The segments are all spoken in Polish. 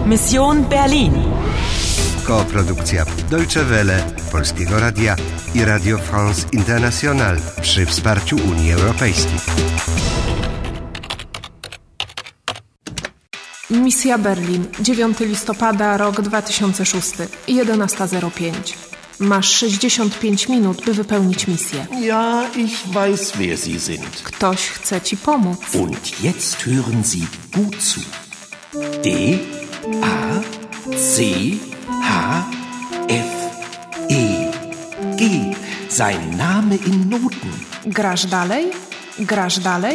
Mission Berlin. Koprodukcja Deutsche Welle, Polskiego Radia i Radio France International przy wsparciu Unii Europejskiej. Misja Berlin, 9 listopada, rok 2006, 11:05. Masz 65 minut, by wypełnić misję. Ja, ich weiß, wer Sie sind. Ktoś chce ci pomóc. Und jetzt hören Sie gut zu. D, A, C, H, F, E, G. Sein Name in Noten. Grasz dalej? Grasz dalej?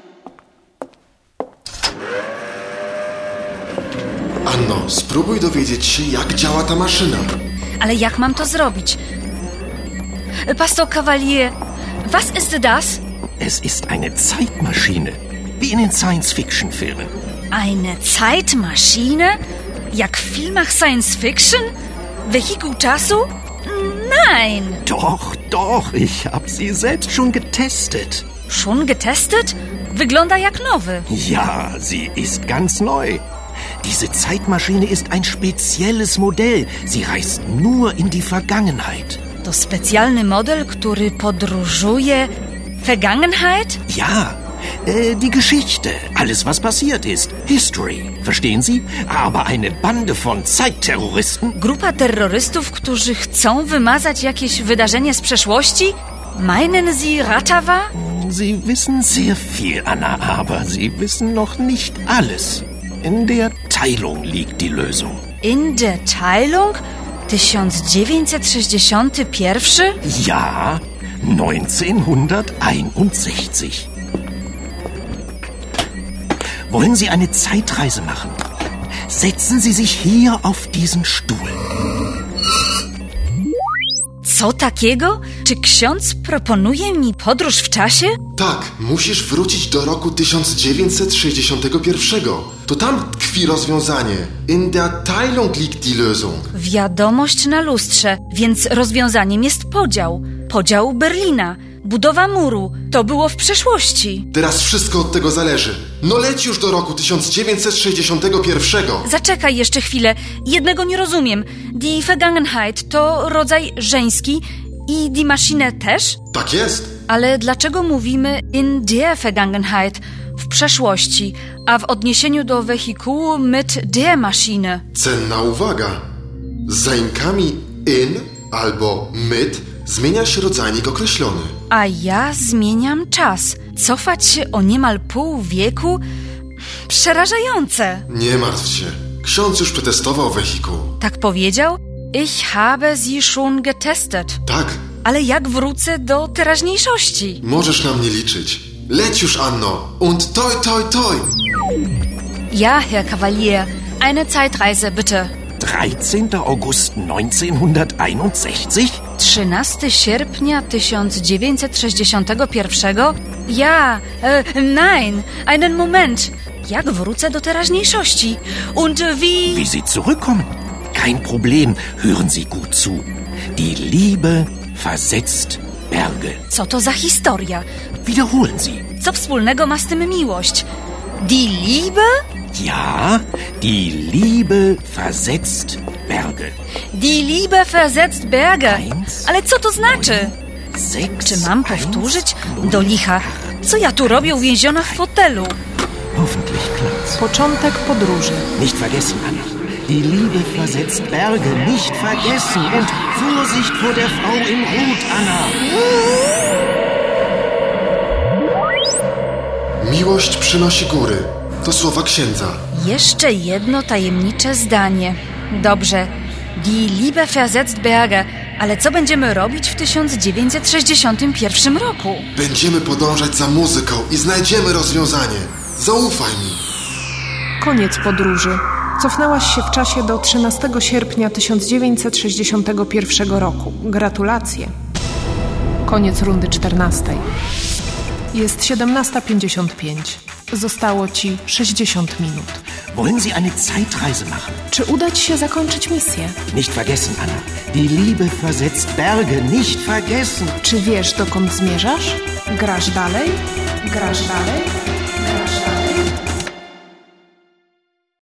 Anno, spróbuj dowiedzieć się, jak działa ta maszyna. Ale jak mam to zrobić? Pastor Cavalier, was ist das? Es ist eine Zeitmaschine, wie in den Science-Fiction-Filmen. Eine Zeitmaschine? Jak w filmach Science Fiction? Wehikuł czasu? Nein! Doch, doch, ich habe sie selbst schon getestet. Schon getestet? Wygląda jak nowy. Ja, sie ist ganz neu. Diese Zeitmaschine ist ein spezielles Modell. Sie reist nur in die Vergangenheit. To specjalny model, który podróżuje... Vergangenheit? Ja, die Geschichte, alles was passiert ist. History, verstehen Sie? Aber eine Bande von Zeitterroristen... Grupa terrorystów, którzy chcą wymazać jakieś wydarzenie z przeszłości? Meinen Sie Ratawa? Sie wissen sehr viel, Anna, aber Sie wissen noch nicht alles. In der Teilung liegt die Lösung. In der Teilung? 1961? Ja, 1961. Wollen Sie eine Zeitreise machen? Setzen Sie sich hier auf diesen Stuhl. Co takiego? Czy ksiądz proponuje mi podróż w czasie? Tak, musisz wrócić do roku 1961. To tam tkwi rozwiązanie. In der Teilung liegt die Lösung. Wiadomość na lustrze, więc rozwiązaniem jest podział. Podział Berlina, budowa muru. To było w przeszłości. Teraz wszystko od tego zależy. No leć już do roku 1961. Zaczekaj jeszcze chwilę. Jednego nie rozumiem. Die Vergangenheit to rodzaj żeński i die Maschine też? Tak jest. Ale dlaczego mówimy in der Vergangenheit, w przeszłości, a w odniesieniu do wehikułu mit der Maschine? Cenna uwaga. Z zaimkami in albo mit zmienia się rodzajnik określony. A ja zmieniam czas. Cofać się o niemal pół wieku? Przerażające. Nie martw się. Ksiądz już przetestował wehikuł. Tak powiedział? Ich habe sie schon getestet. Tak. Ale jak wrócę do teraźniejszości? Możesz na mnie liczyć. Leć już, Anno. Und toi, toi, toi. Ja, Herr Cavalier. Eine Zeitreise, bitte. 13. August 1961? 13 sierpnia 1961? Ja, nein, einen Moment. Jak wrócę do teraźniejszości? Und wie... Wie Sie zurückkommen? Kein Problem, hören Sie gut zu. Die Liebe versetzt Berge. Co to za historia? Wiederholen Sie. Co wspólnego ma z tym miłość? Die Liebe? Ja, die Liebe versetzt Berge. Die Liebe versetzt Berge. Ale co to znaczy? 6, Czy mam powtórzyć? Do licha. Co ja tu robię uwięziona w fotelu? Hoffentlich klappt's. Początek podróży. Nicht vergessen, Anna. Die Liebe versetzt Berge. Nicht vergessen. Und Vorsicht vor der Frau in Rot, Anna. Miłość przynosi góry. To słowa księdza. Jeszcze jedno tajemnicze zdanie. Dobrze. Die Liebe versetzt Berge. Ale co będziemy robić w 1961 roku? Będziemy podążać za muzyką i znajdziemy rozwiązanie. Zaufaj mi. Koniec podróży. Cofnęłaś się w czasie do 13 sierpnia 1961 roku. Gratulacje. Koniec rundy 14. Jest 17:55. Zostało ci 60 minut. Wollen Sie eine Zeitreise machen? Czy uda ci się zakończyć misję? Nicht vergessen, Anna. Die Liebe versetzt Berge. Nicht vergessen. Czy wiesz, dokąd zmierzasz? Grasz dalej? Grasz dalej?